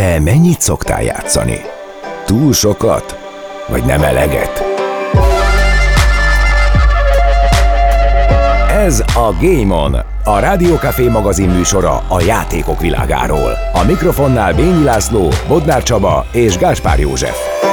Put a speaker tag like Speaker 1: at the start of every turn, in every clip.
Speaker 1: Te mennyit szoktál játszani? Túl sokat? Vagy nem eleget? Ez a Game On, a Rádió Café magazin műsora a játékok világáról. A mikrofonnál Bényi László, Bodnár Csaba és Gáspár József.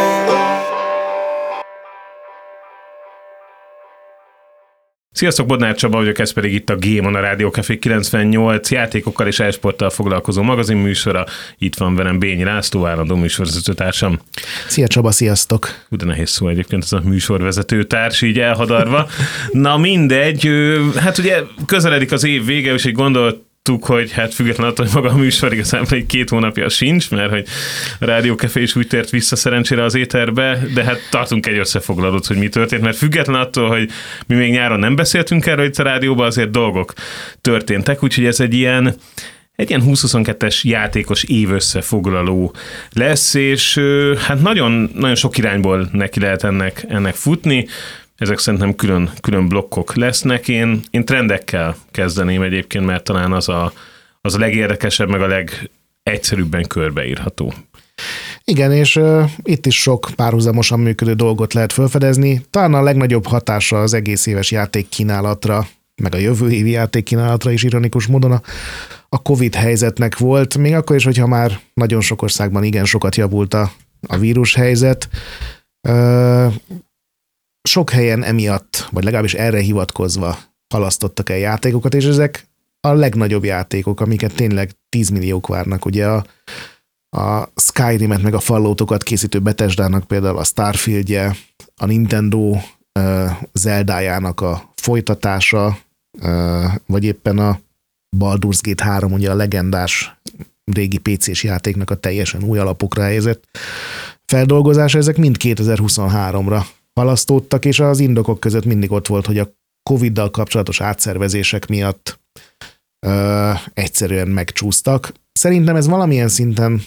Speaker 2: Sziasztok, Bodnár Csaba vagyok, ez pedig itt a Game On, a Rádió Café 98 játékokkal és e-sporttal foglalkozó magazinműsora. Itt van velem Bényi László, állandó műsorvezetőtársam.
Speaker 3: Szia Csaba, sziasztok!
Speaker 2: De nehéz szó egyébként ez a műsorvezetőtárs így elhadarva. Na mindegy, hát ugye közeledik az év vége, és így gondoltuk, hogy hát független attól, hogy maga a műsor igazából egy 2 hónapja sincs, mert hogy a Rádió Café is úgy tért vissza szerencsére az éterbe, de hát tartunk egy összefoglalót, hogy mi történt, mert független attól, hogy mi még nyáron nem beszéltünk erről itt a rádióban, azért dolgok történtek, úgyhogy ez egy ilyen 2022-es játékos év összefoglaló lesz, és hát nagyon, nagyon sok irányból neki lehet ennek futni. Ezek szerintem külön blokkok lesznek. Én trendekkel kezdeném egyébként, mert talán az a legérdekesebb, meg a legegyszerűbben körbeírható.
Speaker 3: Igen, és itt is sok párhuzamosan működő dolgot lehet felfedezni. Talán a legnagyobb hatása az egész éves játékkínálatra, meg a jövő évi játékkínálatra is ironikus módon a Covid helyzetnek volt, még akkor is, hogyha már nagyon sok országban igen sokat javult a vírushelyzet. Sok helyen emiatt, vagy legalábbis erre hivatkozva halasztottak el játékokat, és ezek a legnagyobb játékok, amiket tényleg 10 milliók várnak. Ugye a Skyrim-et meg a Falloutokat készítő Bethesdának például a Starfieldje, a Nintendo Zeldájának a folytatása, vagy éppen a Baldur's Gate 3, ugye a legendás régi PC-s játéknak a teljesen új alapokra helyezett feldolgozása, ezek mind 2023-ra halasztódtak, és az indokok között mindig ott volt, hogy a Covid-dal kapcsolatos átszervezések miatt egyszerűen megcsúsztak. Szerintem ez valamilyen szinten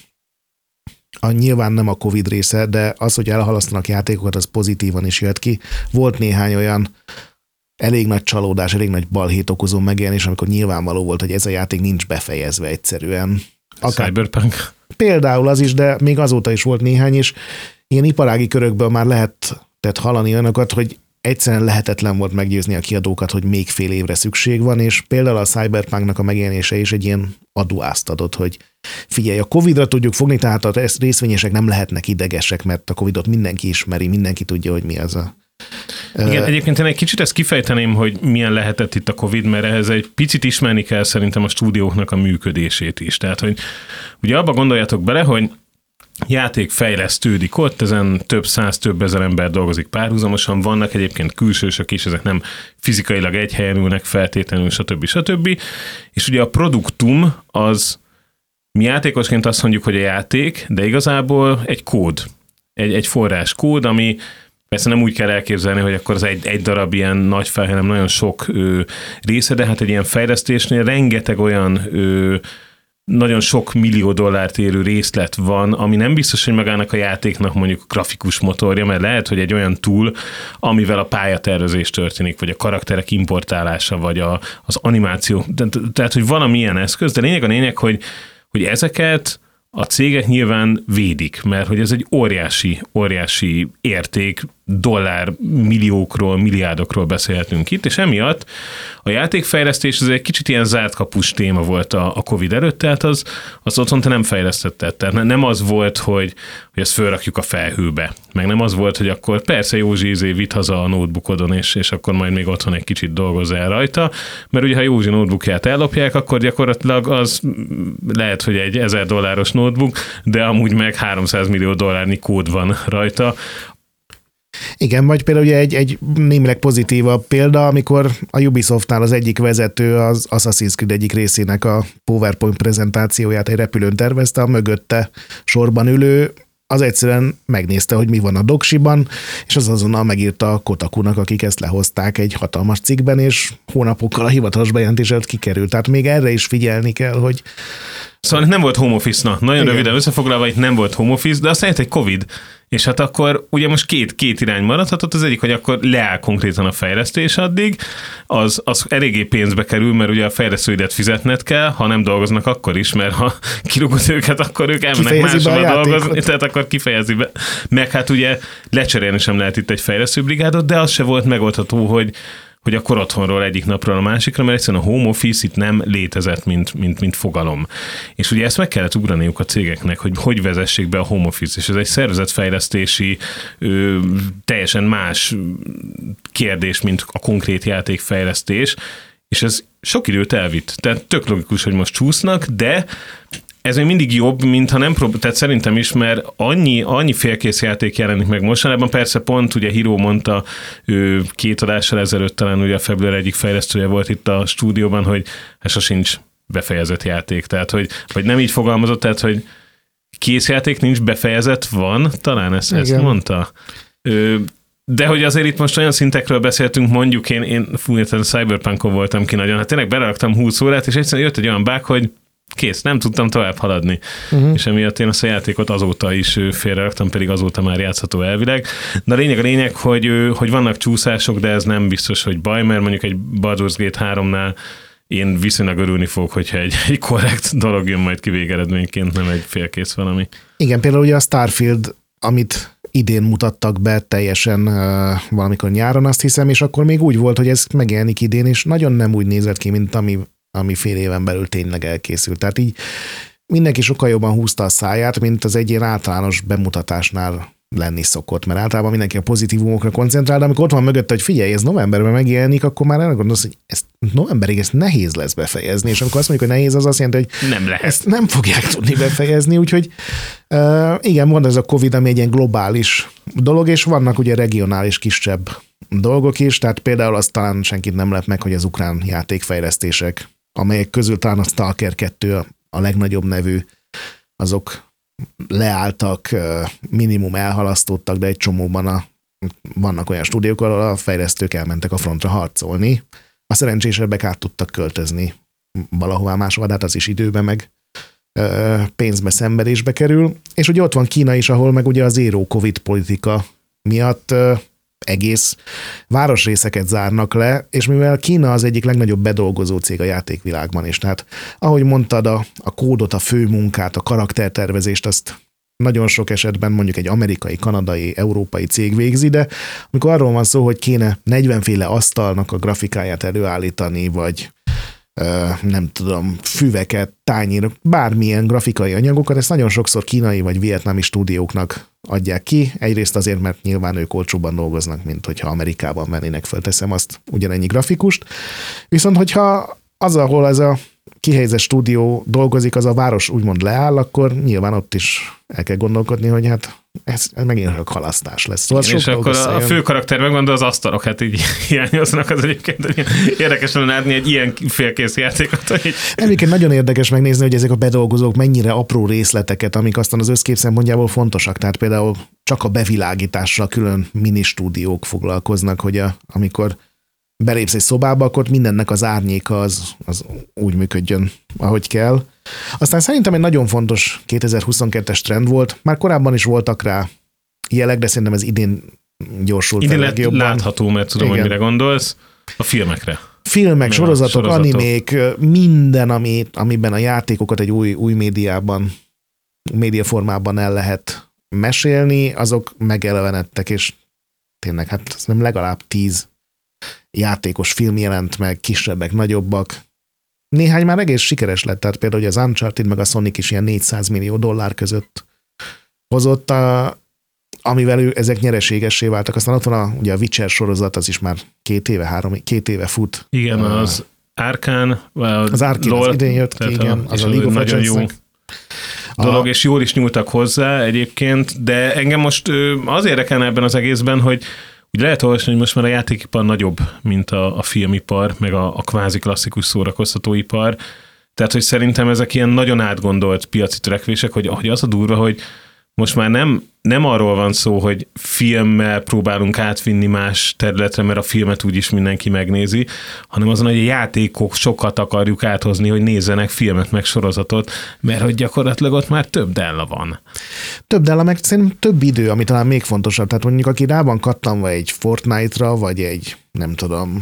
Speaker 3: nyilván nem a Covid része, de az, hogy elhalasztanak játékokat, az pozitívan is jött ki. Volt néhány olyan elég nagy csalódás, elég nagy balhét okozó megjelenés, amikor nyilvánvaló volt, hogy ez a játék nincs befejezve egyszerűen.
Speaker 2: Cyberpunk.
Speaker 3: Például az is, de még azóta is volt néhány, és ilyen iparági körökből már lehetett hallani olyanokat, hogy egyszerűen lehetetlen volt meggyőzni a kiadókat, hogy még fél évre szükség van, és például a Cyberpunknak a megjelenése is egy ilyen aduászt adott, hogy figyelj, a Covid-ra tudjuk fogni, tehát a részvényesek nem lehetnek idegesek, mert a Covid-ot mindenki ismeri, mindenki tudja, hogy mi az a...
Speaker 2: Igen, egyébként én egy kicsit ezt kifejteném, hogy milyen lehetett itt a Covid, mert ehhez egy picit ismerni kell szerintem a stúdióknak a működését is. Tehát, hogy ugye abba gondoljatok bele, hogy játék fejlesztődik ott, ezen több száz, több ezer ember dolgozik párhuzamosan, vannak egyébként külsősök is, ezek nem fizikailag egy helyen ülnek feltétlenül, stb. És ugye a produktum az, mi játékosként azt mondjuk, hogy a játék, de igazából egy kód, egy forráskód, ami persze nem úgy kell elképzelni, hogy akkor az egy darab ilyen nagy fáj, hanem nagyon sok része, de hát egy ilyen fejlesztésnél rengeteg olyan nagyon sok millió dollárt érő részlet van, ami nem biztos, hogy magának a játéknak mondjuk grafikus motorja, mert lehet, hogy egy olyan tool, amivel a pályatervezés történik, vagy a karakterek importálása, vagy az animáció, tehát, hogy valamilyen eszköz, de a lényeg, hogy ezeket a cégek nyilván védik, mert hogy ez egy óriási érték, dollár milliókról, milliárdokról beszélhetünk itt, és emiatt a játékfejlesztés ez egy kicsit ilyen zárt kapus téma volt a Covid előtt, tehát az otthon te nem fejlesztetted. Tehát nem az volt, hogy ezt fölrakjuk a felhőbe, meg nem az volt, hogy akkor persze Józsi vidd haza a notebookodon, és akkor majd még otthon egy kicsit dolgozzál rajta, mert ugye ha Józsi notebookját ellopják, akkor gyakorlatilag az lehet, hogy egy $1000 notebook, de amúgy meg $300 millió kód van rajta.
Speaker 3: Igen, vagy például ugye egy némileg pozitívabb példa, amikor a Ubisoftnál az egyik vezető az Assassin's Creed egyik részének a PowerPoint prezentációját egy repülőn tervezte, a mögötte sorban ülő az egyszerűen megnézte, hogy mi van a doksiban, és az azonnal megírta a Kotakunak, akik ezt lehozták egy hatalmas cikkben, és hónapokkal a hivatalos bejelentés előtt kikerült. Tehát még erre is figyelni kell, hogy...
Speaker 2: Szóval nem volt home office, nagyon röviden összefoglalva, itt nem volt home office, de aztán jött egy Covid, És hát akkor ugye most két irány maradhatott, az egyik, hogy akkor leáll konkrétan a fejlesztés addig, az eléggé pénzbe kerül, mert ugye a fejlesztőidet fizetned kell, ha nem dolgoznak akkor is, mert ha kirúgod őket, akkor ők elmennek máshol dolgozni, tehát akkor kifejezi be. Meg hát ugye lecserélni sem lehet itt egy fejlesztőbrigádot, de az se volt megoldható, hogy akkor otthonról egyik napról a másikra, mert egyszerűen a home office itt nem létezett, mint fogalom. És ugye ezt meg kellett ugraniuk a cégeknek, hogy vezessék be a home office, és ez egy szervezetfejlesztési, teljesen más kérdés, mint a konkrét játékfejlesztés, és ez sok időt elvitt. Tehát tök logikus, hogy most csúsznak, de ez még mindig jobb, mint ha nem tehát szerintem is, mert annyi félkész játék jelenik meg mostanában. Persze pont ugye Hiro mondta, ő 2 adással ezelőtt talán ugye a Február egyik fejlesztője volt itt a stúdióban, hogy hát sosincs befejezett játék. Tehát, vagy nem így fogalmazott, tehát, hogy készjáték nincs befejezett, van, talán ezt mondta. De hogy azért itt most olyan szintekről beszéltünk, mondjuk én Cyberpunkon voltam ki nagyon, hát tényleg beleraktam 20 órát, és egyszerűen jött egy olyan bug, hogy kész, nem tudtam tovább haladni. És emiatt én azt a játékot azóta is félreraktam, pedig azóta már játszható elvileg. De a lényeg, hogy vannak csúszások, de ez nem biztos, hogy baj, mert mondjuk egy Baldur's Gate 3-nál én viszonylag örülni fogok, hogyha egy korrekt dolog jön majd ki végeredményként, nem egy félkész valami.
Speaker 3: Igen, például ugye a Starfield, amit idén mutattak be teljesen valamikor nyáron, azt hiszem, és akkor még úgy volt, hogy ez megjelenik idén, és nagyon nem úgy nézett ki, mint ami fél éven belül tényleg elkészült. Tehát így mindenki sokkal jobban húzta a száját, mint az egy ilyen általános bemutatásnál lenni szokott, mert általában mindenki a pozitívumokra koncentrál, de amikor ott van mögötte, hogy figyelj, ez novemberben megjelenik, akkor már elgondolsz, hogy novemberig ezt nehéz lesz befejezni, és amikor azt mondjuk, hogy nehéz, az azt jelenti, hogy
Speaker 2: nem lehet.
Speaker 3: Ezt nem fogják tudni befejezni, úgyhogy igen, van ez a Covid, ami egy ilyen globális dolog, és vannak ugye regionális kisebb dolgok is, tehát például azt talán senkit nem lep meg, hogy az ukrán játékfejlesztések, amelyek közül talán a Stalker 2 a legnagyobb nevű, azok leálltak, minimum elhalasztottak, de egy csomóban vannak olyan stúdiók, ahol a fejlesztők elmentek a frontra harcolni. A szerencsésebbek át tudtak költözni valahová máshova, de hát az is időbe meg pénzbe, szenvedésbe kerül. És ugye ott van Kína is, ahol meg ugye a zero Covid politika miatt egész városrészeket zárnak le, és mivel Kína az egyik legnagyobb bedolgozó cég a játékvilágban is, tehát ahogy mondtad, a kódot, a főmunkát, a karaktertervezést, azt nagyon sok esetben mondjuk egy amerikai, kanadai, európai cég végzi, de amikor arról van szó, hogy kéne 40 féle asztalnak a grafikáját előállítani, vagy nem tudom, füveket, tányérok, bármilyen grafikai anyagokat, ezt nagyon sokszor kínai vagy vietnámi stúdióknak adják ki. Egyrészt azért, mert nyilván ők olcsóbban dolgoznak, mint hogyha Amerikában vennének, fölteszem azt ugyanennyi grafikust. Viszont hogyha az, ahol ez a kihelyezett stúdió dolgozik, az a város úgymond leáll, akkor nyilván ott is el kell gondolkodni, hogy hát ez megint csak halasztás lesz. Szóval
Speaker 2: és akkor a fő karakter megvan, de az asztalok hát így hiányoznak, az egyébként érdekes lenne látni egy ilyen félkész játékot.
Speaker 3: Egyébként nagyon érdekes megnézni, hogy ezek a bedolgozók mennyire apró részleteket, amik aztán az összkép szempontjából fontosak. Tehát például csak a bevilágítással külön mini stúdiók foglalkoznak, hogy amikor belépsz egy szobába, akkor mindennek az árnyéka az úgy működjön, ahogy kell. Aztán szerintem egy nagyon fontos 2022-es trend volt, már korábban is voltak rá jelek, de szerintem ez idén gyorsult
Speaker 2: idén lett látható, mert tudom, hogy mire gondolsz, a filmekre.
Speaker 3: Filmek, sorozatok, animék, minden, amiben a játékokat egy új médiaformában el lehet mesélni, azok megelevenedtek, és tényleg, hát nem legalább 10 játékos film jelent meg, kisebbek, nagyobbak. Néhány már egész sikeres lett, tehát például az Uncharted meg a Sonic is ilyen $400 millió között hozott, amivel ezek nyereségessé váltak. Aztán ott van ugye a Witcher sorozat, az is már 2 éve fut.
Speaker 2: Igen, az Arkane,
Speaker 3: az Arkane az idén jött ki, igen, az a League of
Speaker 2: nagyon jó dolog, és jól is nyúltak hozzá egyébként, de engem most az érdekelne ebben az egészben, hogy úgy lehet olvasni, hogy most már a játékipar nagyobb, mint a filmipar, meg a kvázi klasszikus szórakoztatóipar. Tehát, hogy szerintem ezek ilyen nagyon átgondolt piaci törekvések, hogy az a durva, hogy most már nem arról van szó, hogy filmmel próbálunk átvinni más területre, mert a filmet úgyis mindenki megnézi, hanem azon, hogy a játékok sokat akarjuk áthozni, hogy nézzenek filmet meg sorozatot, mert hogy gyakorlatilag ott már több della van.
Speaker 3: Több della, meg szerintem több idő, ami talán még fontosabb. Tehát mondjuk, aki rá van kattanva egy Fortnite-ra, vagy egy, nem tudom,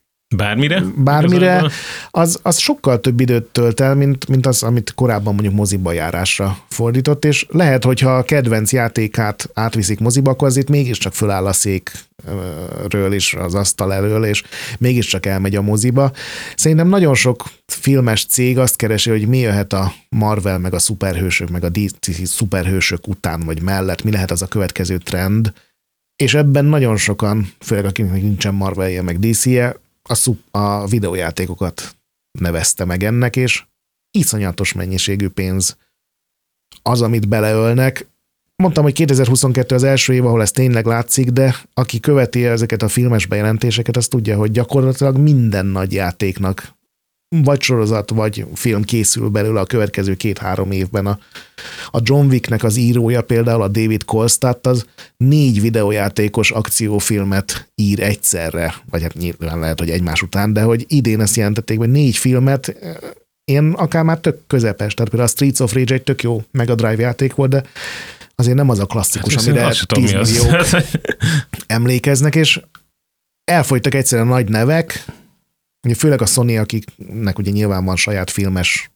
Speaker 3: Bármire, az sokkal több időt tölt el, mint az, amit korábban mondjuk moziba járásra fordított, és lehet, hogyha a kedvenc játékát átviszik moziba, akkor azért mégiscsak föláll a székről és az asztal elől, és mégiscsak elmegy a moziba. Szerintem nagyon sok filmes cég azt keresi, hogy mi jöhet a Marvel, meg a szuperhősök, meg a DC szuperhősök után, vagy mellett, mi lehet az a következő trend, és ebben nagyon sokan, főleg akinek nincsen Marvelje, meg DC-je, a videójátékokat nevezte meg ennek, és iszonyatos mennyiségű pénz az, amit beleölnek. Mondtam, hogy 2022 az első év, ahol ez tényleg látszik, de aki követi ezeket a filmes bejelentéseket, az tudja, hogy gyakorlatilag minden nagy játéknak vagy sorozat, vagy film készül belőle a következő 2-3 évben. A John Wicknek az írója például, a David Kolstad, az 4 videójátékos akciófilmet ír egyszerre, vagy hát nyilván lehet, hogy egymás után, de hogy idén ezt jelentették, hogy 4 filmet, én akár már tök közepes, tehát például a Streets of Rage egy tök jó Mega Drive játék volt, de azért nem az a klasszikus, hát, amire 10 milliók emlékeznek, és elfogytak egyszerűen nagy nevek, ugye főleg a Sony, akiknek ugye nyilván van saját filmes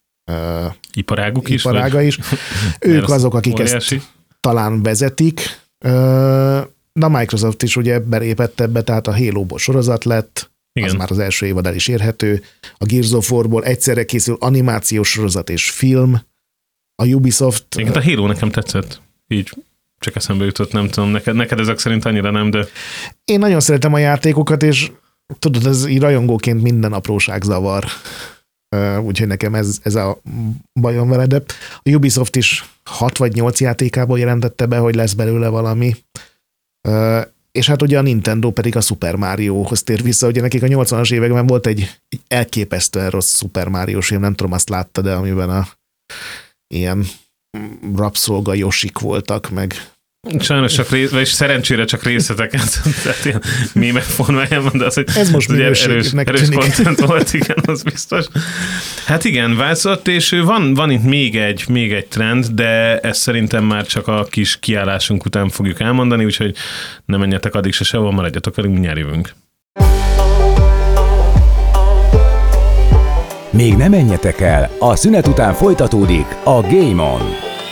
Speaker 3: iparága is. Ők azok, akik óriási. Ezt talán vezetik. De a Microsoft is ugye belépett ebbe, tehát a Halo-ból sorozat lett, igen. Az már az első évad el is érhető. A Gears of War-ból egyszerre készül animációs sorozat és film. A Ubisoft...
Speaker 2: Igen, a Halo nekem tetszett. Így csak eszembe jutott, nem tudom, neked ezek szerint annyira nem, de...
Speaker 3: Én nagyon szeretem a játékokat, és tudod, ez így rajongóként minden apróság zavar. Úgyhogy nekem ez a bajom vele, de a Ubisoft is 6 vagy 8 játékából jelentette be, hogy lesz belőle valami. És hát ugye a Nintendo pedig a Super Mariohoz tér vissza, ugye nekik a 80-as években volt egy elképesztően rossz Super Mario-s film, nem tudom, azt látta, de amiben ilyen rabszolga Yoshik voltak, meg...
Speaker 2: Sajnos vagy szerencsére csak részleteket, tehát ilyen mémek formájában, de az, hogy
Speaker 3: ez most
Speaker 2: erős content volt, igen, az biztos. Hát igen, változott, és van itt még egy trend, de ezt szerintem már csak a kis kiállásunk után fogjuk elmondani, úgyhogy ne menjetek addig se sehol, maradjatok velünk, mindjárt jövünk.
Speaker 1: Még ne menjetek el, a szünet után folytatódik a Game On.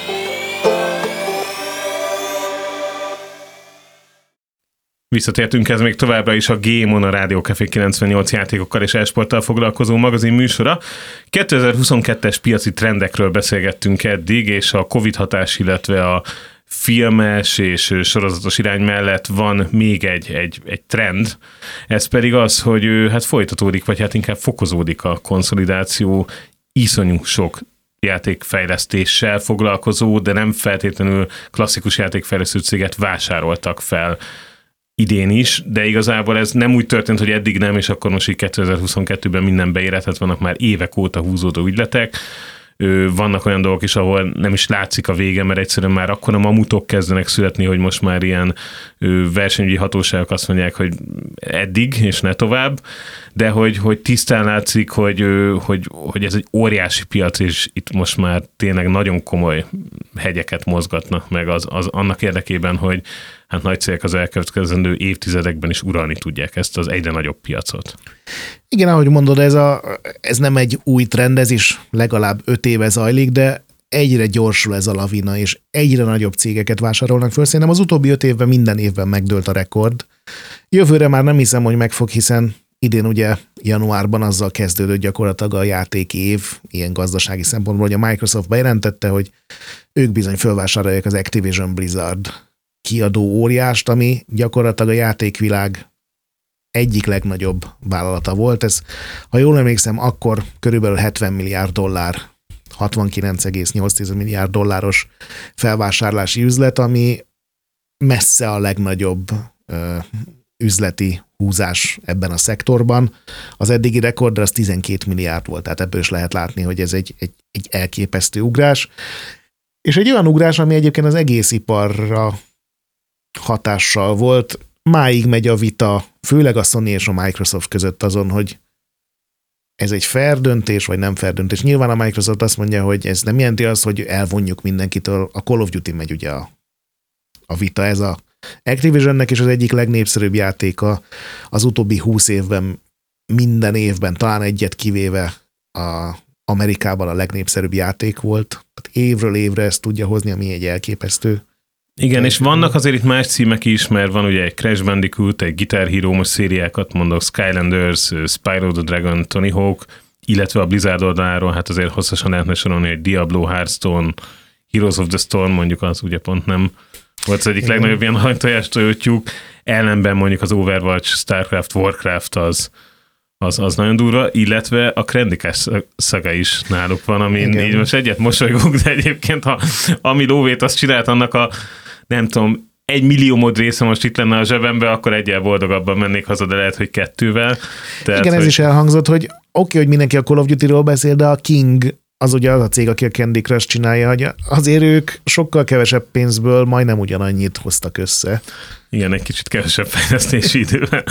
Speaker 2: Visszatértünk, ez még továbbra is a Game On, a Rádió Café 98 játékokkal és e-sporttal foglalkozó magazin műsora. 2022-es piaci trendekről beszélgettünk eddig, és a Covid hatás, illetve a filmes és sorozatos irány mellett van még egy trend. Ez pedig az, hogy hát folytatódik, vagy hát inkább fokozódik a konszolidáció, iszonyú sok játékfejlesztéssel foglalkozó, de nem feltétlenül klasszikus játékfejlesztő céget vásároltak fel idén is, de igazából ez nem úgy történt, hogy eddig nem, és akkor most így 2022-ben minden beérhetett, vannak már évek óta húzódó ügyletek. Vannak olyan dolgok is, ahol nem is látszik a vége, mert egyszerűen már akkora mamutok kezdenek születni, hogy most már ilyen versenyügyi hatóságok azt mondják, hogy eddig, és ne tovább, de hogy tisztán látszik, hogy ez egy óriási piac, és itt most már tényleg nagyon komoly hegyeket mozgatnak meg az annak érdekében, hogy hát nagy cégek az elkövetkezendő évtizedekben is uralni tudják ezt az egyre nagyobb piacot.
Speaker 3: Igen, ahogy mondod, ez nem egy új trend, ez is legalább 5 éve zajlik, de egyre gyorsul ez a lavina, és egyre nagyobb cégeket vásárolnak föl. Szerintem az utóbbi 5 évben minden évben megdőlt a rekord. Jövőre már nem hiszem, hogy megfog, hiszen idén ugye januárban azzal kezdődött gyakorlatilag a játékév, ilyen gazdasági szempontból, hogy a Microsoft bejelentette, hogy ők bizony fölvásárolják az Activision Blizzard kiadó óriást, ami gyakorlatilag a játékvilág egyik legnagyobb vállalata volt. Ez, ha jól emlékszem, akkor körülbelül $70 milliárd, 69,8 milliárd dolláros felvásárlási üzlet, ami messze a legnagyobb üzleti húzás ebben a szektorban. Az eddigi rekord az 12 milliárd volt, tehát ebből is lehet látni, hogy ez egy elképesztő ugrás. És egy olyan ugrás, ami egyébként az egész iparra hatással volt. Máig megy a vita, főleg a Sony és a Microsoft között azon, hogy ez egy fair döntés, vagy nem fair döntés. Nyilván a Microsoft azt mondja, hogy ez nem jelenti azt, hogy elvonjuk mindenkitől. A Call of Duty megy ugye a vita. Ez a Activisionnek is az egyik legnépszerűbb játéka az utóbbi 20 évben, minden évben, talán egyet kivéve Amerikában a legnépszerűbb játék volt. Tehát évről évre ezt tudja hozni, ami egy elképesztő.
Speaker 2: Igen, és vannak azért itt más címek is, mert van ugye egy Crash Bandicoot, egy Guitar Hero, most szériákat mondok, Skylanders, Spyro the Dragon, Tony Hawk, illetve a Blizzard oldaláról, hát azért hosszasan lehetne sorolni, egy Diablo, Hearthstone, Heroes of the Storm, mondjuk az ugye pont nem volt az egyik legnagyobb ilyen hajtojást tojotjuk, ellenben mondjuk az Overwatch, Starcraft, Warcraft az nagyon durva, illetve a Candy Crush szaga is náluk van, amin így most egyet mosolygok, de egyébként ami lóvét azt csinált, annak a nem tudom, 1 millió mod része most itt lenne a zsebembe, akkor egyel boldogabban mennék haza, de lehet, hogy 2-vel. Tehát,
Speaker 3: igen, ez is elhangzott, hogy oké, hogy mindenki a Call of Duty-ról beszél, de a King az ugye az a cég, aki a Candy Crush csinálja, hogy azért ők sokkal kevesebb pénzből majdnem ugyanannyit hoztak össze.
Speaker 2: Igen, egy kicsit kevesebb fejlesztési idővel.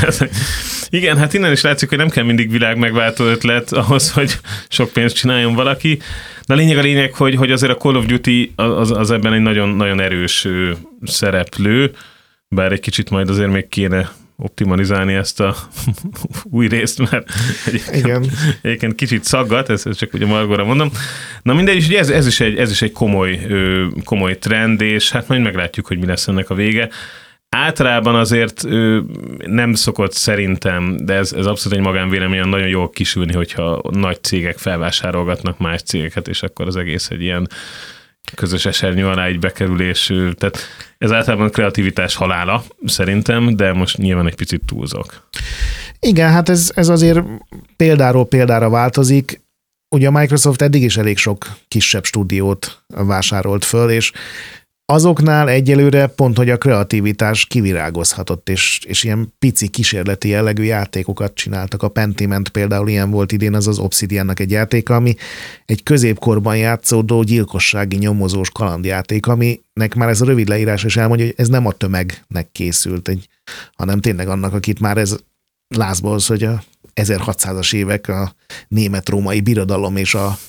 Speaker 2: Igen, hát innen is látszik, hogy nem kell mindig világ megváltó ötlet ahhoz, hogy sok pénzt csináljon valaki. De a lényeg, hogy azért a Call of Duty az ebben egy nagyon, nagyon erős szereplő, bár egy kicsit majd azért még kéne optimalizálni ezt a új részt, mert egyébként kicsit szaggat, ezt csak ugye Margóra mondom. Na mindegy, ugye ez is egy komoly trend, és hát majd meglátjuk, hogy mi lesz ennek a vége. Általában azért nem szokott szerintem, de ez abszolút egy magánvéleményen nagyon jól kisülni, hogyha nagy cégek felvásárolgatnak más cégeket, és akkor az egész egy ilyen közös esernyő alá egy bekerülés. Tehát ez általában kreativitás halála szerintem, de most nyilván egy picit túlzok.
Speaker 3: Igen, hát ez azért példáról példára változik. Ugye a Microsoft eddig is elég sok kisebb stúdiót vásárolt föl, és azoknál egyelőre pont, hogy a kreativitás kivirágozhatott, és ilyen pici kísérleti jellegű játékokat csináltak. A Pentiment például ilyen volt idén, az Obsidiannak egy játéka, ami egy középkorban játszódó gyilkossági nyomozós kalandjáték, aminek már ez a rövid leírás is elmondja, hogy ez nem a tömegnek készült, hanem tényleg annak, akit már ez lázba hoz, hogy a 1600-as évek, a német-római birodalom és a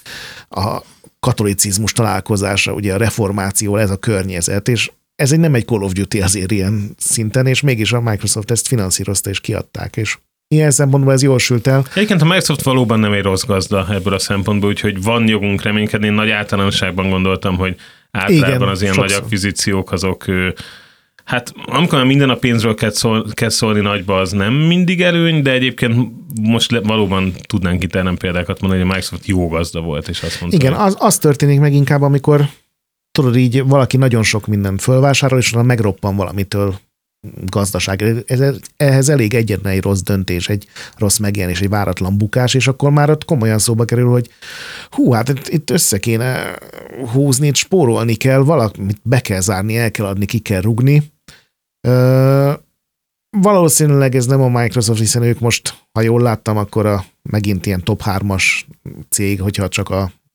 Speaker 3: katolicizmus találkozása, ugye a reformáció, ez a környezet, és ez nem egy Call of Duty azért ilyen szinten, és mégis a Microsoft ezt finanszírozta és kiadták, és ilyen szempontból ez jól sült el.
Speaker 2: Egyébként a Microsoft valóban nem egy rossz gazda ebből a szempontból, úgyhogy van jogunk reménykedni. Én nagy általánosságban gondoltam, hogy általában igen, az ilyen sokszor. Nagy akvizíciók azok, hát amikor minden a pénzről kell szólni nagyba, az nem mindig előny, de egyébként most valóban tudnánk itt nem példákat mondani, hogy a Microsoft jó gazda volt, és azt mondta.
Speaker 3: Igen, az történik meg inkább, amikor tudod így valaki nagyon sok mindent fölvásárol, és utána megroppan valamitől gazdaság. Ehhez elég egyetlen egy rossz döntés, egy rossz megjelenés, egy váratlan bukás, és akkor már ott komolyan szóba kerül, hogy hát itt össze kéne húzni, itt spórolni kell, valamit be kell zárni, el kell adni, ki kell rugni. Valószínűleg ez nem a Microsoft, hiszen ők most, ha jól láttam, akkor megint ilyen top 3-as cég, hogyha csak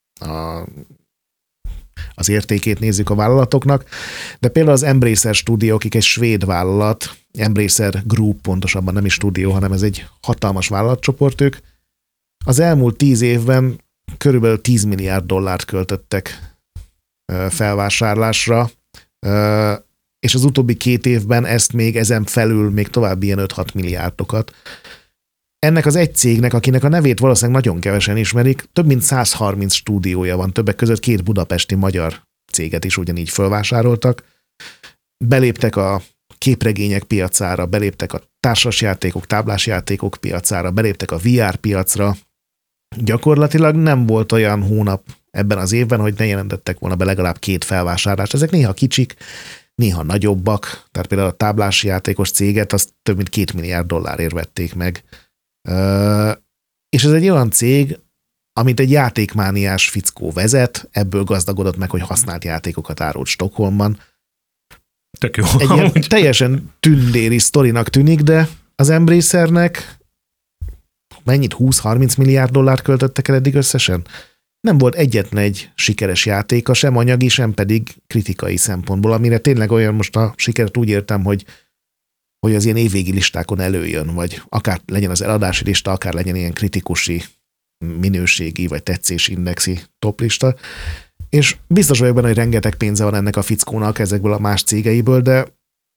Speaker 3: az értékét nézzük a vállalatoknak, de például az Embracer Studio, akik egy svéd vállalat, Embracer Group pontosabban nem is stúdió, hanem ez egy hatalmas vállalatcsoport, ők az elmúlt 10 évben körülbelül $10 milliárd költöttek felvásárlásra, és az utóbbi 2 évben ezt még ezen felül még további ilyen 5-6 milliárdokat. Ennek az egy cégnek, akinek a nevét valószínűleg nagyon kevesen ismerik, több mint 130 stúdiója van, többek között 2 budapesti magyar céget is ugyanígy fölvásároltak. Beléptek a képregények piacára, beléptek a társasjátékok, táblásjátékok piacára, beléptek a VR piacra. Gyakorlatilag nem volt olyan hónap ebben az évben, hogy ne jelentettek volna be legalább 2 felvásárlást. Ezek néha kicsik, néha nagyobbak, tehát például a táblásjátékos céget azt több mint $2 milliárd vették meg. És ez egy olyan cég, amit egy játékmániás fickó vezet, ebből gazdagodott meg, hogy használt játékokat árult Stockholmban.
Speaker 2: Tök jó.
Speaker 3: Egy ilyen teljesen tündéri sztorinak tűnik, de az Embracernek mennyit, $20-30 milliárd költöttek el eddig összesen? nem volt egyetlen egy sikeres játéka, sem anyagi, sem pedig kritikai szempontból, amire tényleg olyan, most a sikert úgy értem, hogy az ilyen évvégi listákon előjön, vagy akár legyen az eladási lista, akár legyen ilyen kritikusi, minőségi, vagy tetszésindexi toplista. És biztos vagyok benne, hogy rengeteg pénze van ennek a fickónak ezekből a más cégeiből, de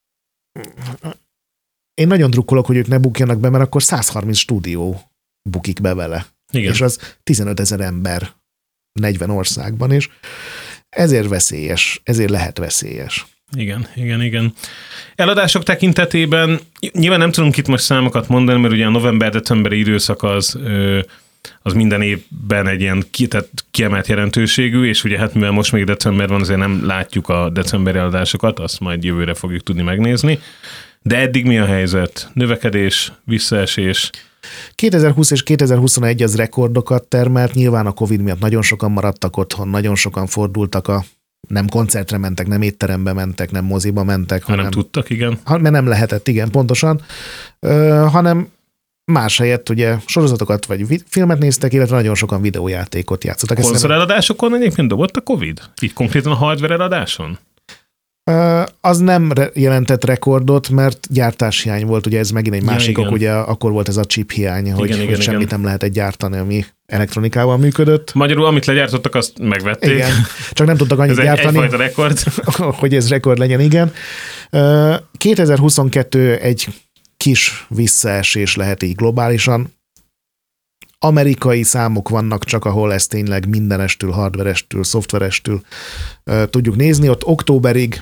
Speaker 3: én nagyon drukkolok, hogy ők ne bukjanak be, mert akkor 130 stúdió bukik be vele.
Speaker 2: Igen.
Speaker 3: És az 15 000 ember 40 országban, és ezért veszélyes, ezért lehet veszélyes.
Speaker 2: Igen. Eladások tekintetében nyilván nem tudunk itt most számokat mondani, mert ugye a november-decemberi időszak az minden évben egy ilyen kiemelt jelentőségű, és ugye hát mivel most még december van, azért nem látjuk a decemberi eladásokat, azt majd jövőre fogjuk tudni megnézni. De eddig mi a helyzet? Növekedés, visszaesés?
Speaker 3: 2020 és 2021 az rekordokat termelt, nyilván a Covid miatt nagyon sokan maradtak otthon, nagyon sokan fordultak nem koncertre mentek, nem étterembe mentek, nem moziba mentek.
Speaker 2: Hanem tudtak, igen.
Speaker 3: Mert nem lehetett, igen, pontosan. Hanem más helyett ugye sorozatokat vagy filmet néztek, illetve nagyon sokan videójátékot játszottak.
Speaker 2: Konzoleladásokon egyébként dobott a Covid? Így konkrétan a hardware eladáson?
Speaker 3: Az nem jelentett rekordot, mert gyártáshiány volt, ugye ez megint egy másik ok, ugye akkor volt ez a chip hiány, hogy semmit nem lehetett gyártani, ami elektronikával működött.
Speaker 2: Magyarul, amit legyártottak, azt megvették.
Speaker 3: Igen, csak nem tudtak annyit gyártani.
Speaker 2: Egyfajta rekord.
Speaker 3: Hogy ez rekord legyen, igen. 2022 egy kis visszaesés lehet így globálisan. Amerikai számok vannak csak, ahol ez tényleg mindenestül, hardverestül, szoftverestül tudjuk nézni. Ott októberig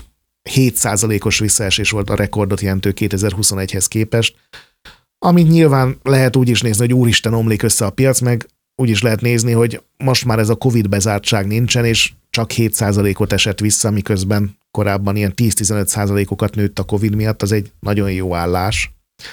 Speaker 3: 7%-os visszaesés volt a rekordot jelentő 2021-hez képest, amit nyilván lehet úgy is nézni, hogy úristen, omlik össze a piac, meg úgy is lehet nézni, hogy most már ez a Covid bezártság nincsen, és csak 7%-ot esett vissza, miközben korábban ilyen 10-15%-okat nőtt a Covid miatt, az egy nagyon jó állás.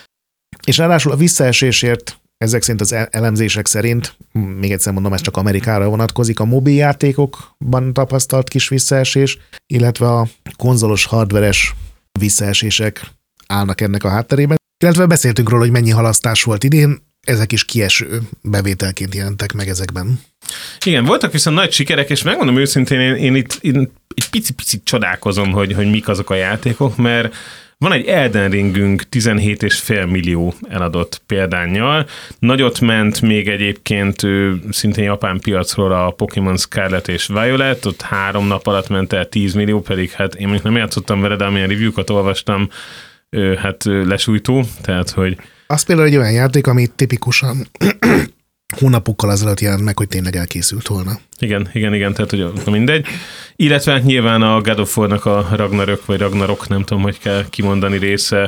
Speaker 3: És ráadásul a visszaesésért ezek szerint az elemzések szerint, még egyszer mondom, ez csak Amerikára vonatkozik, a mobiljátékokban tapasztalt kis visszaesés, illetve a konzolos, hardveres visszaesések állnak ennek a hátterében. Illetve beszéltünk róla, hogy mennyi halasztás volt idén, ezek is kieső bevételként jelentek meg ezekben.
Speaker 2: Igen, voltak viszont nagy sikerek, és megmondom őszintén, én itt egy picit csodálkozom, hogy mik azok a játékok, mert van egy Elden Ringünk 17,5 millió eladott példánnyal. Nagyot ment még egyébként szintén japán piacról a Pokémon Scarlet és Violet, ott 3 nap alatt ment el 10 millió, pedig hát én mondjuk nem játszottam vele, de amilyen review-kat olvastam, hát lesújtó, tehát hogy... Az
Speaker 3: például egy olyan játék, ami tipikusan hónapokkal azelőtt jelent meg, hogy tényleg elkészült volna.
Speaker 2: Igen, tehát hogy mindegy. Illetve nyilván a God of War-nak a Ragnarök, vagy Ragnarok, nem tudom, hogy kell kimondani része,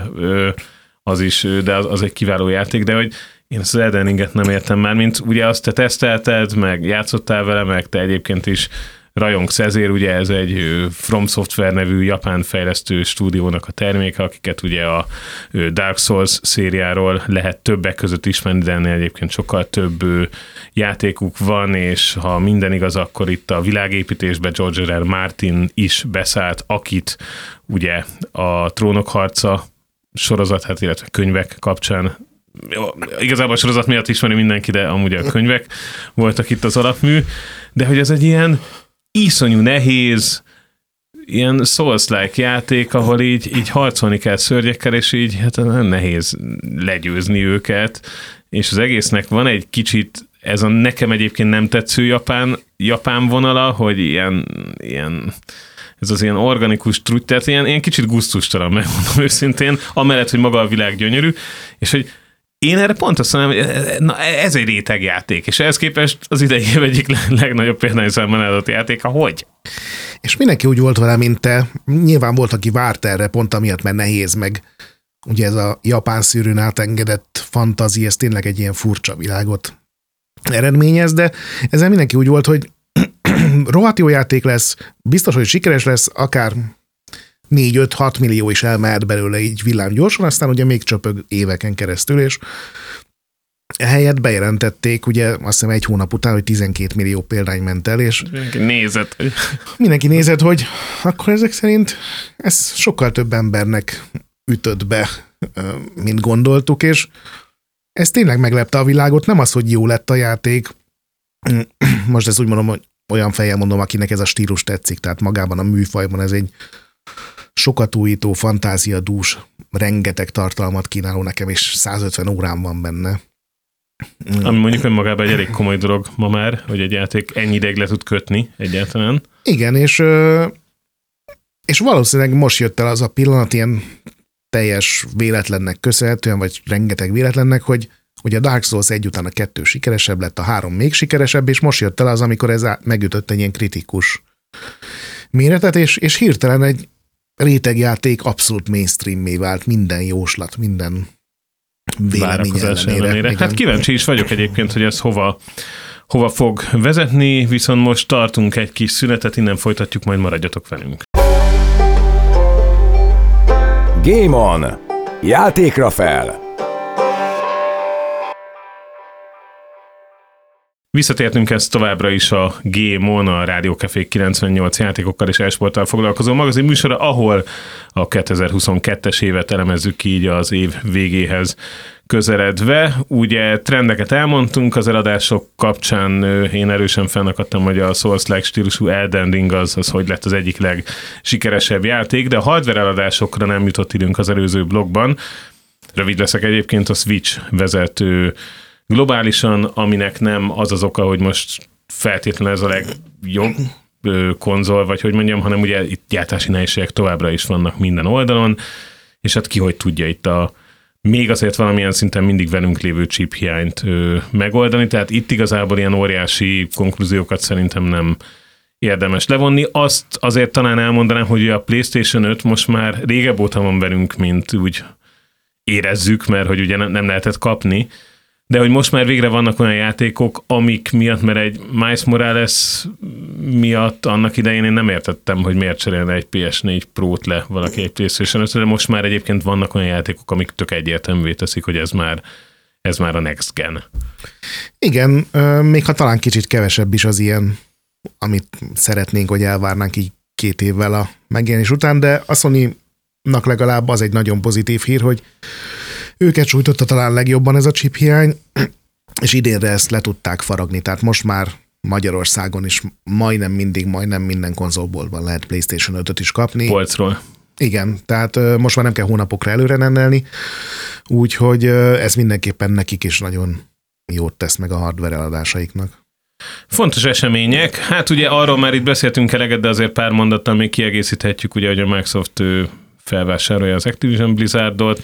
Speaker 2: az is, de az egy kiváló játék, de hogy én ezt az Elden Ringet nem értem már, mint ugye azt te tesztelted, meg játszottál vele, meg te egyébként is rajongsz ezért, ugye ez egy From Software nevű japán fejlesztő stúdiónak a terméke, akiket ugye a Dark Souls szériáról lehet többek között ismerni, de ennél egyébként sokkal több játékuk van, és ha minden igaz, akkor itt a világépítésbe George R. R. Martin is beszállt, akit ugye a Trónok harca sorozat, hát illetve könyvek kapcsán, igazából a sorozat miatt ismeri mindenki, de amúgy a könyvek voltak itt az alapmű, de hogy ez egy ilyen iszonyú nehéz, ilyen Souls-like játék, ahol így harcolni kell szörnyekkel, és így hát nem nehéz legyőzni őket, és az egésznek van egy kicsit, ez a nekem egyébként nem tetsző japán vonala, hogy ilyen ez az ilyen organikus trutty, tehát ilyen kicsit gusztustalan, megmondom őszintén, amellett, hogy maga a világ gyönyörű, és hogy én erre pont azt mondom, hogy ez egy rétegjáték, és ehhez képest az idei év egyik legnagyobb példányszámban eladott játéka, hogy?
Speaker 3: És mindenki úgy volt vele, mint te. Nyilván volt, aki várt erre, pont amiatt, mert nehéz, meg ugye ez a japán szűrőn átengedett fantazi, ez tényleg egy ilyen furcsa világot eredményez, de ezzel mindenki úgy volt, hogy rohadt jó játék lesz, biztos, hogy sikeres lesz, akár 4-5-6 millió is elmehet belőle így villámgyorsan, aztán ugye még csöpög éveken keresztül, és ehelyett bejelentették, ugye azt hiszem 1 hónap után, hogy 12 millió példány ment el, és mindenki nézett, hogy akkor ezek szerint ez sokkal több embernek ütött be, mint gondoltuk, és ez tényleg meglepte a világot, nem az, hogy jó lett a játék, most ezt úgy mondom, hogy olyan fejjel mondom, akinek ez a stílus tetszik, tehát magában a műfajban ez egy sokat újító, fantáziadús, rengeteg tartalmat kínáló, nekem és 150 órám van benne.
Speaker 2: Ami mondjuk önmagában egy elég komoly dolog ma már, hogy egy játék ennyi ideig le tud kötni egyáltalán.
Speaker 3: Igen, és valószínűleg most jött el az a pillanat, ilyen teljes véletlennek köszönhetően, vagy rengeteg véletlennek, hogy a Dark Souls 1 után a 2 sikeresebb lett, a 3 még sikeresebb, és most jött el az, amikor ez megütött egy ilyen kritikus méretet, és hirtelen egy rétegjáték abszolút mainstream-mé vált, minden jóslat, minden vélemény ellenére.
Speaker 2: Hát kíváncsi is vagyok egyébként, hogy ez hova fog vezetni, viszont most tartunk egy kis szünetet, innen folytatjuk, majd maradjatok velünk.
Speaker 1: Game On! Játékra fel!
Speaker 2: Visszatértünk ezt továbbra is a Game On, a Rádió Café 98 játékokkal és e-sporttal foglalkozó magazin műsora, ahol a 2022-es évet elemezzük így az év végéhez közeledve. Ugye trendeket elmondtunk az eladások kapcsán, én erősen fennakadtam, hogy a Souls-like stílusú Elden Ring az hogy lett az egyik legsikeresebb játék, de a hardware eladásokra nem jutott időnk az előző blogban. Rövid leszek egyébként, a Switch vezető globálisan, aminek nem az az oka, hogy most feltétlenül ez a legjobb konzol, vagy hogy mondjam, hanem ugye itt gyártási nehézségek továbbra is vannak minden oldalon, és hát ki hogy tudja itt még azért valamilyen szinten mindig velünk lévő chip hiányt megoldani, tehát itt igazából ilyen óriási konklúziókat szerintem nem érdemes levonni. Azt azért talán elmondanám, hogy a PlayStation 5 most már régebb óta van velünk, mint úgy érezzük, mert hogy ugye nem lehetett kapni, de hogy most már végre vannak olyan játékok, amik miatt, mert egy Miles Morales miatt annak idején én nem értettem, hogy miért cserélne egy PS4 Pro-t le valaki egy PlayStation 5-re, de most már egyébként vannak olyan játékok, amik tök egyértelművé teszik, hogy ez már a next gen. Igen,
Speaker 3: még ha talán kicsit kevesebb is az ilyen, amit szeretnénk, hogy elvárnánk így 2 évvel a megjelenés után, de a Sony-nak legalább az egy nagyon pozitív hír, hogy őket sújtotta talán legjobban ez a chip hiány, és idénre ezt le tudták faragni, tehát most már Magyarországon is majdnem minden konzolboltban lehet PlayStation 5-öt is kapni.
Speaker 2: Polcról.
Speaker 3: Igen, tehát most már nem kell hónapokra előre rendelni, úgyhogy ez mindenképpen nekik is nagyon jót tesz meg a hardware eladásaiknak.
Speaker 2: Fontos események. Hát ugye arról már itt beszéltünk eleget, de azért pár mondattal még kiegészíthetjük, ugye, hogy a Microsoft felvásárolja az Activision Blizzardot.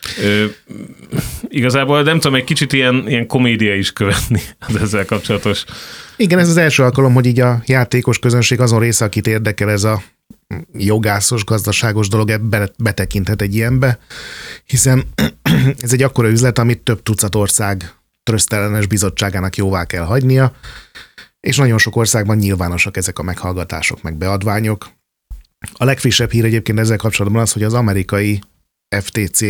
Speaker 2: Igazából nem tudom, egy kicsit ilyen komédia is követni az ezzel kapcsolatos.
Speaker 3: Igen, ez az első alkalom, hogy így a játékos közönség azon része, akit érdekel ez a jogászos, gazdaságos dolog, betekinthet egy ilyenbe, hiszen ez egy akkora üzlet, amit több tucat ország trösztellenes bizottságának jóvá kell hagynia, és nagyon sok országban nyilvánosak ezek a meghallgatások, meg beadványok. A legfrissebb hír egyébként ezzel kapcsolatban az, hogy az amerikai FTC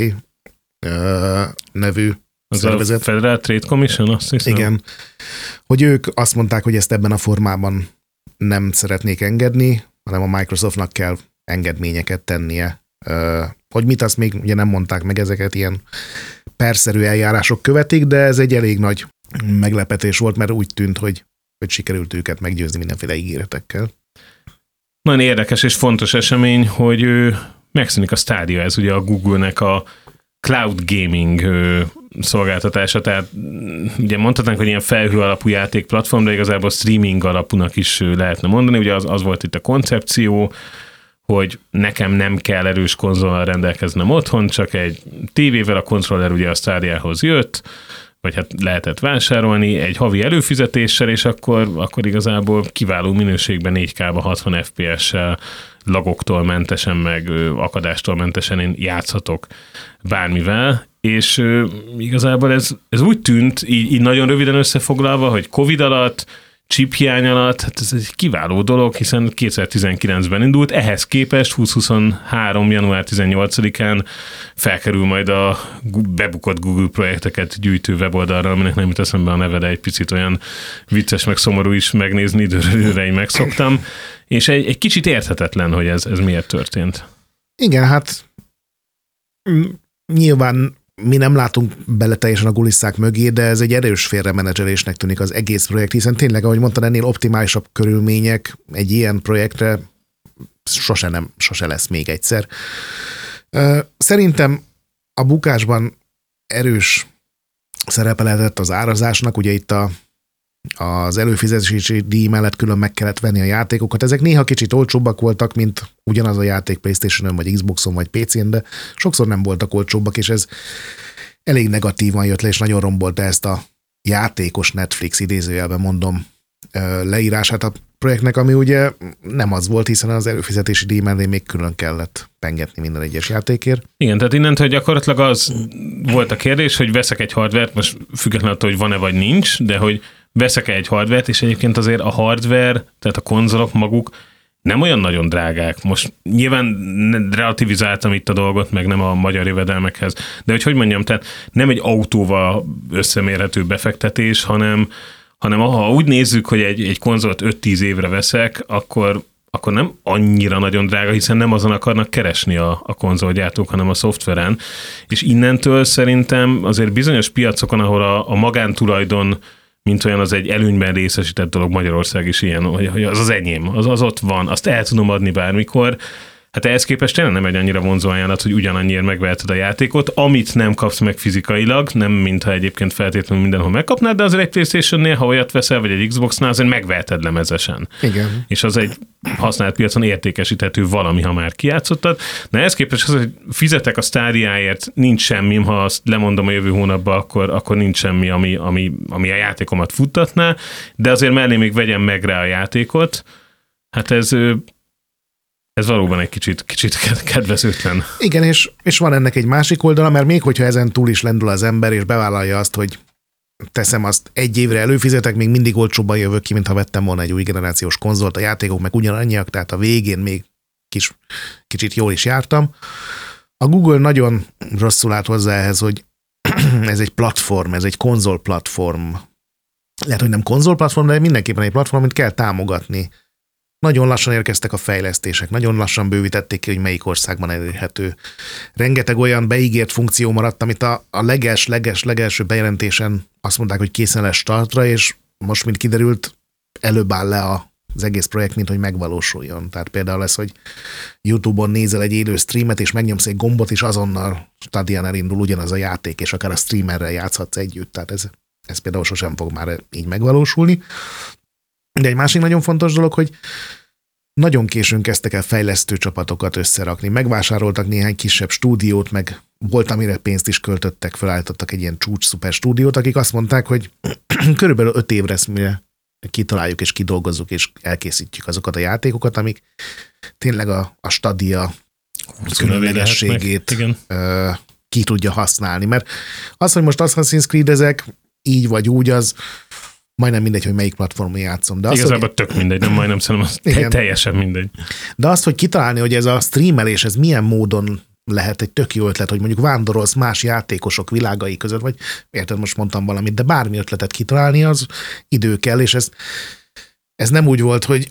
Speaker 3: nevű szervezet.
Speaker 2: A Federal Trade Commission, azt hiszem.
Speaker 3: Igen, hogy ők azt mondták, hogy ezt ebben a formában nem szeretnék engedni, hanem a Microsoftnak kell engedményeket tennie. Hogy mit, azt még ugye nem mondták meg, ezeket ilyen perszerű eljárások követik, de ez egy elég nagy meglepetés volt, mert úgy tűnt, hogy sikerült őket meggyőzni mindenféle ígéretekkel.
Speaker 2: Nagyon érdekes és fontos esemény, hogy megszűnik a Stadia, ez ugye a Google-nek a cloud gaming szolgáltatása, tehát ugye mondhatnánk, hogy ilyen felhő alapú játékplatform, de igazából streaming alapúnak is lehetne mondani, ugye az volt itt a koncepció, hogy nekem nem kell erős konzollal rendelkeznem otthon, csak egy tévével, a kontroller ugye a Stadiahoz jött, vagy hát lehetett vásárolni egy havi előfizetéssel, és akkor igazából kiváló minőségben 4K-ba 60 FPS-sel lagoktól mentesen, meg akadástól mentesen én játszhatok bármivel, és igazából ez úgy tűnt, így nagyon röviden összefoglalva, hogy Covid alatt, chip hiány alatt, hát ez egy kiváló dolog, hiszen 2019-ben indult, ehhez képest 2023. január 18-án felkerül majd a bebukott Google projekteket gyűjtő weboldalra, aminek nem jut eszembe a neve, de egy picit olyan vicces, meg szomorú is megnézni, időre én megszoktam, és egy kicsit érthetetlen, hogy ez miért történt.
Speaker 3: Igen, hát nyilván mi nem látunk bele teljesen a kulisszák mögé, de ez egy erős félremenedzselésnek tűnik az egész projekt, hiszen tényleg, ahogy mondtam, ennél optimálisabb körülmények egy ilyen projektre sose lesz még egyszer. Szerintem a bukásban erős szerepe lehetett az árazásnak, ugye itt az előfizetési díj mellett külön meg kellett venni a játékokat. Ezek néha kicsit olcsóbbak voltak, mint ugyanaz a játék PlayStation-on, vagy Xboxon, vagy PC-n, de sokszor nem voltak olcsóbbak, és ez elég negatívan jött le, és nagyon rombolta ezt a játékos Netflix, idézőjelben mondom, leírását a projektnek, ami ugye nem az volt, hiszen az előfizetési díj mellé még külön kellett pengetni minden egyes játékért.
Speaker 2: Igen, tehát innentől gyakorlatilag az volt a kérdés, hogy veszek egy hardvert, most függetlenül attól, hogy van-e vagy nincs, de hogy veszek-e egy hardvert, és egyébként azért a hardware, tehát a konzolok maguk nem olyan nagyon drágák. Most nyilván relativizáltam itt a dolgot, meg nem a magyar jövedelmekhez, de hogy mondjam, tehát nem egy autóval összemérhető befektetés, hanem ha úgy nézzük, hogy egy konzolt 5-10 évre veszek, akkor nem annyira nagyon drága, hiszen nem azon akarnak keresni a konzolgyártók, hanem a szoftveren. És innentől szerintem azért bizonyos piacokon, ahol a magántulajdon mint olyan, az egy előnyben részesített dolog, Magyarország is ilyen, hogy az enyém, az ott van, azt el tudom adni bármikor. Hát ehhez képest tényleg nem egy annyira vonzó ajánlat, hogy ugyanannyiért megveheted a játékot, amit nem kapsz meg fizikailag, nem mintha egyébként feltétlenül mindenhol megkapnád, de azért egy PlayStation-nél, ha olyat veszel, vagy egy Xbox-nál, azért megveheted lemezesen.
Speaker 3: Igen.
Speaker 2: És az egy használt piacon értékesíthető valami, ha már kijátszottad. De ehhez képest az, hogy fizetek a Stadiáért, nincs semmi, ha azt lemondom a jövő hónapban, akkor nincs semmi, ami a játékomat futtatná, de azért mellé még vegyem meg rá a játékot. Hát ez valóban egy kicsit kedvezőtlen.
Speaker 3: Igen, és van ennek egy másik oldala, mert még hogyha ezen túl is lendül az ember, és bevállalja azt, hogy teszem azt, egy évre előfizetek, még mindig olcsóbban jövök ki, mintha vettem volna egy új generációs konzolt, a játékok meg ugyanannyiak, tehát a végén még kicsit jól is jártam. A Google nagyon rosszul állt hozzá ehhez, hogy ez egy platform, ez egy konzolplatform. Lehet, hogy nem konzolplatform, de mindenképpen egy platform, amit kell támogatni. Nagyon lassan érkeztek a fejlesztések, nagyon lassan bővítették ki, hogy melyik országban elérhető. Rengeteg olyan beígért funkció maradt, amit a legelső bejelentésen azt mondták, hogy készen lesz startra, és most, mint kiderült, előbb áll le az egész projekt, mint hogy megvalósuljon. Tehát például lesz, hogy YouTube-on nézel egy élő streamet, és megnyomsz egy gombot, és azonnal Stadián elindul ugyanaz a játék, és akár a streamerrel játszhatsz együtt. Tehát ez például sosem fog már így megvalósulni. De egy másik nagyon fontos dolog, hogy nagyon későn kezdtek el fejlesztő csapatokat összerakni. Megvásároltak néhány kisebb stúdiót, meg volt, amire pénzt is költöttek, felállítottak egy ilyen csúcs szuper stúdiót, akik azt mondták, hogy körülbelül 5 évre lesz, mire kitaláljuk és kidolgozzuk és elkészítjük azokat a játékokat, amik tényleg a Stadia különlegességét ki tudja használni. Mert az, hogy most Assassin's Creed ezek így vagy úgy, az majdnem mindegy, hogy melyik platformon játszom. De
Speaker 2: igazából
Speaker 3: hogy...
Speaker 2: tök mindegy, nem majdnem, szerintem teljesen mindegy.
Speaker 3: De azt, hogy kitalálni, hogy ez a streamelés, ez milyen módon lehet egy tök jó ötlet, hogy mondjuk vándorolsz más játékosok világai között, vagy érted, most mondtam valamit, de bármi ötletet kitalálni, az idő kell, és ez nem úgy volt, hogy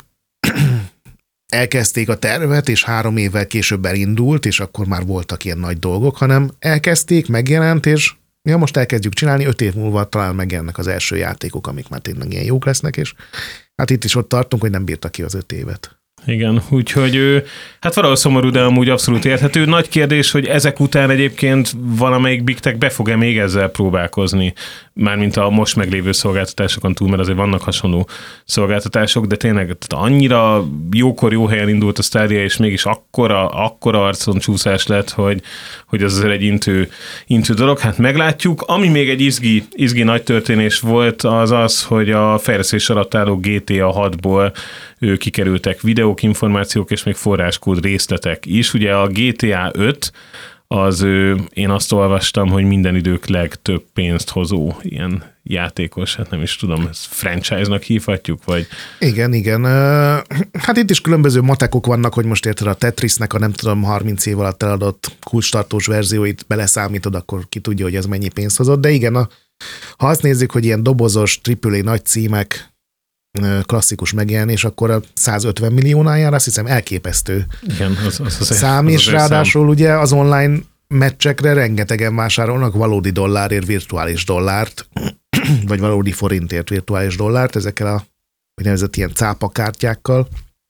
Speaker 3: elkezdték a tervet, és 3 évvel később elindult, és akkor már voltak ilyen nagy dolgok, hanem elkezdték, megjelent, és most elkezdjük csinálni, 5 év múlva talán megjelennek az első játékok, amik már tényleg ilyen jók lesznek, és hát itt is ott tartunk, hogy nem bírta ki az 5 évet.
Speaker 2: Igen, úgyhogy hát valahol szomorú, de amúgy abszolút érthető. Nagy kérdés, hogy ezek után egyébként valamelyik Big Tech be fog-e még ezzel próbálkozni, mármint a most meglévő szolgáltatásokon túl, mert azért vannak hasonló szolgáltatások, de tényleg annyira jókor jó helyen indult a Stadia, és mégis akkora arcon csúszás lett, hogy ez azért egy intő dolog. Hát meglátjuk. Ami még egy izgi nagy történés volt, az az, hogy a fejlesztés alatt álló GTA 6-ból kikerültek videók, információk és még forráskód részletek is. Ugye a GTA 5 az én azt olvastam, hogy minden idők legtöbb pénzt hozó ilyen játékos, hát nem is tudom, ezt franchise-nak hívhatjuk, vagy...
Speaker 3: Igen. Hát itt is különböző matekok vannak, hogy most érted a Tetrisnek a nem tudom 30 év alatt eladott kulcstartós verzióit beleszámítod, akkor ki tudja, hogy ez mennyi pénzt hozott, de igen, ha azt nézzük, hogy ilyen dobozos, AAA nagy címek klasszikus megjelenés, akkor a 150 milliónál jár, azt hiszem elképesztő
Speaker 2: igen, az
Speaker 3: szám, és ráadásul ugye az online meccsekre rengetegen vásárolnak valódi dollárért virtuális dollárt, vagy valódi forintért virtuális dollárt, ezekkel a úgynevezett ilyen cápakártyákkal.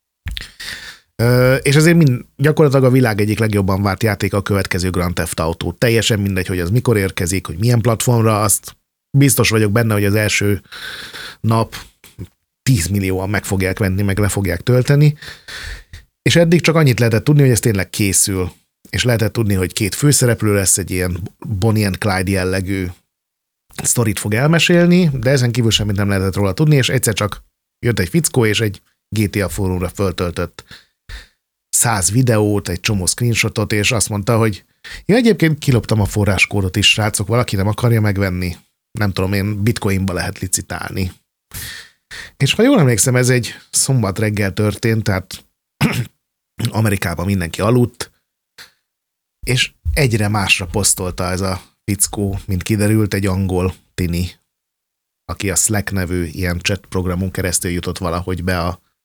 Speaker 3: És ezért gyakorlatilag a világ egyik legjobban várt játék a következő Grand Theft Auto. Teljesen mindegy, hogy az mikor érkezik, hogy milyen platformra, azt biztos vagyok benne, hogy az első nap 10 millióan meg fogják venni, meg le fogják tölteni. És eddig csak annyit lehetett tudni, hogy ez tényleg készül. És lehetett tudni, hogy 2 főszereplő lesz, egy ilyen Bonnie and Clyde jellegű sztorit fog elmesélni, de ezen kívül semmit nem lehetett róla tudni, és egyszer csak jött egy fickó, és egy GTA fórumra föltöltött 100 videót, egy csomó screenshotot, és azt mondta, hogy ja, egyébként kiloptam a forráskódot is, srácok, valaki nem akarja megvenni. Nem tudom én, bitcoinba lehet licitálni. És ha jól emlékszem, ez egy szombat reggel történt, tehát Amerikában mindenki aludt, és egyre másra posztolta ez a fickó, mint kiderült, egy angol tini, aki a Slack nevű ilyen chat programon keresztül jutott valahogy be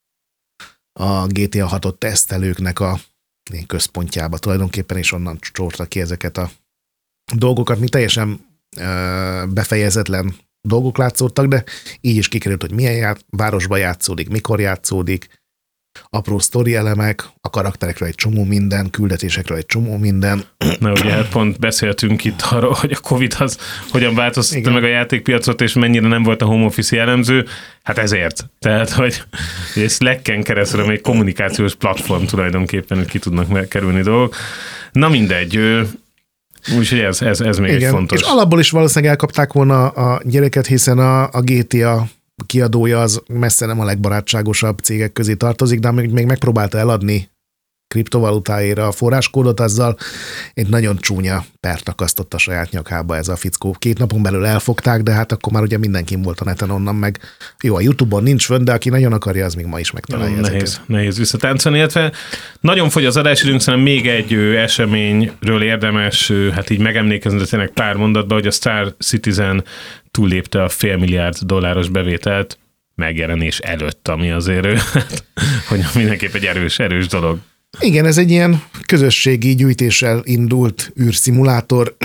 Speaker 3: a GTA 6-ot tesztelőknek a központjába tulajdonképpen, és onnan csorta ki ezeket a dolgokat, mi teljesen befejezetlen dolgok látszódtak, de így is kikerült, hogy milyen városba játszódik, mikor játszódik, apró sztori elemek, a karakterekről egy csomó minden, küldetésekről egy csomó minden.
Speaker 2: Na ugye hát pont beszéltünk itt arról, hogy a Covid az hogyan változtatta meg a játékpiacot, és mennyire nem volt a home office jellemző. Hát ezért. Tehát, hogy Slacken keresztül, ami egy kommunikációs platform tulajdonképpen, hogy ki tudnak kerülni dolgok. Na mindegy, úgyhogy ez még egy fontos.
Speaker 3: És alapból is valószínűleg elkapták volna a gyereket, hiszen a GTA kiadója az messze nem a legbarátságosabb cégek közé tartozik, de még megpróbálta eladni kriptovalutáért a forráskódot, azzal egy nagyon csúnya pert akasztott a saját nyakába ez a fickó. 2 napon belül elfogták, de hát akkor már ugye mindenkin volt a neten onnan, meg jó, a YouTube-on nincs fönn, de aki nagyon akarja, az még ma is megtalálja ezeket.
Speaker 2: Nehéz visszatáncolni, illetve nagyon fogy az adásidőnk, szerintem még egy eseményről érdemes hát így megemlékezni, de tényleg pár mondatban, hogy a Star Citizen túllépte a $500 milliárd bevételt megjelenés előtt, ami azért hogy mindenképp egy erős dolog.
Speaker 3: Igen, ez egy ilyen közösségi gyűjtéssel indult űrszimulátor.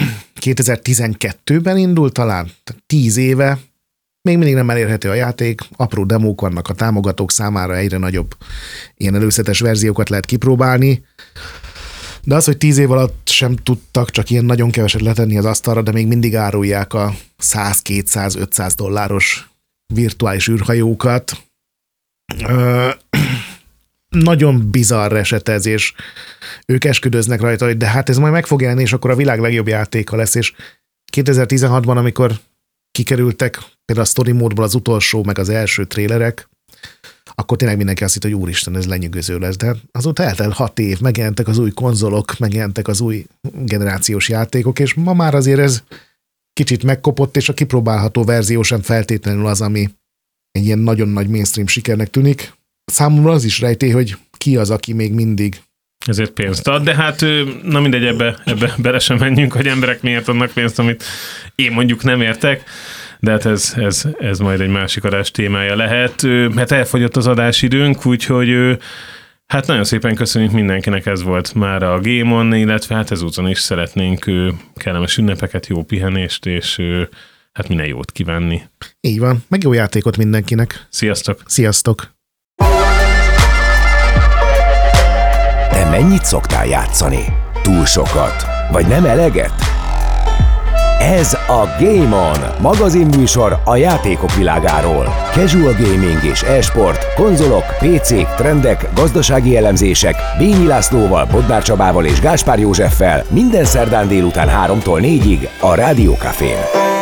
Speaker 3: 2012-ben indult talán, 10 éve. Még mindig nem elérhető a játék, apró demók vannak a támogatók számára, egyre nagyobb ilyen előzetes verziókat lehet kipróbálni. De az, hogy 10 év alatt sem tudtak csak ilyen nagyon keveset letenni az asztalra, de még mindig árulják a 100, 200, 500 dolláros virtuális űrhajókat. Nagyon bizarr eset ez, és ők esküdöznek rajta, hogy de hát ez majd meg fog jelenni, és akkor a világ legjobb játéka lesz, és 2016-ban, amikor kikerültek például a story módból az utolsó, meg az első trélerek, akkor tényleg mindenki azt hitt, hogy úristen, ez lenyűgöző lesz, de azóta eltelt 6 év, megjelentek az új konzolok, megjelentek az új generációs játékok, és ma már azért ez kicsit megkopott, és a kipróbálható verzió sem feltétlenül az, ami egy ilyen nagyon nagy mainstream sikernek tűnik. Számomra az is rejtély, hogy ki az, aki még mindig
Speaker 2: ezért pénzt ad, de hát na mindegy, ebbe bele sem menjünk, hogy emberek miért adnak pénzt, amit én mondjuk nem értek, de hát ez majd egy másik adás témája lehet. Hát elfogyott az adásidőnk, úgyhogy hát nagyon szépen köszönjük mindenkinek, ez volt már a Game On, illetve hát ezúton is szeretnénk kellemes ünnepeket, jó pihenést, és hát minden jót kívánni.
Speaker 3: Így van, meg jó játékot mindenkinek.
Speaker 2: Sziasztok!
Speaker 3: Sziasztok!
Speaker 1: Te mennyit szoktál játszani? Túl sokat? Vagy nem eleget? Ez a Game On, magazinműsor a játékok világáról. Casual gaming és e-sport, konzolok, PC-k, trendek, gazdasági elemzések, Bényi Lászlóval, Bodnár Csabával és Gáspár Józseffel minden szerdán délután 3-tól 4-ig a Rádió Cafén.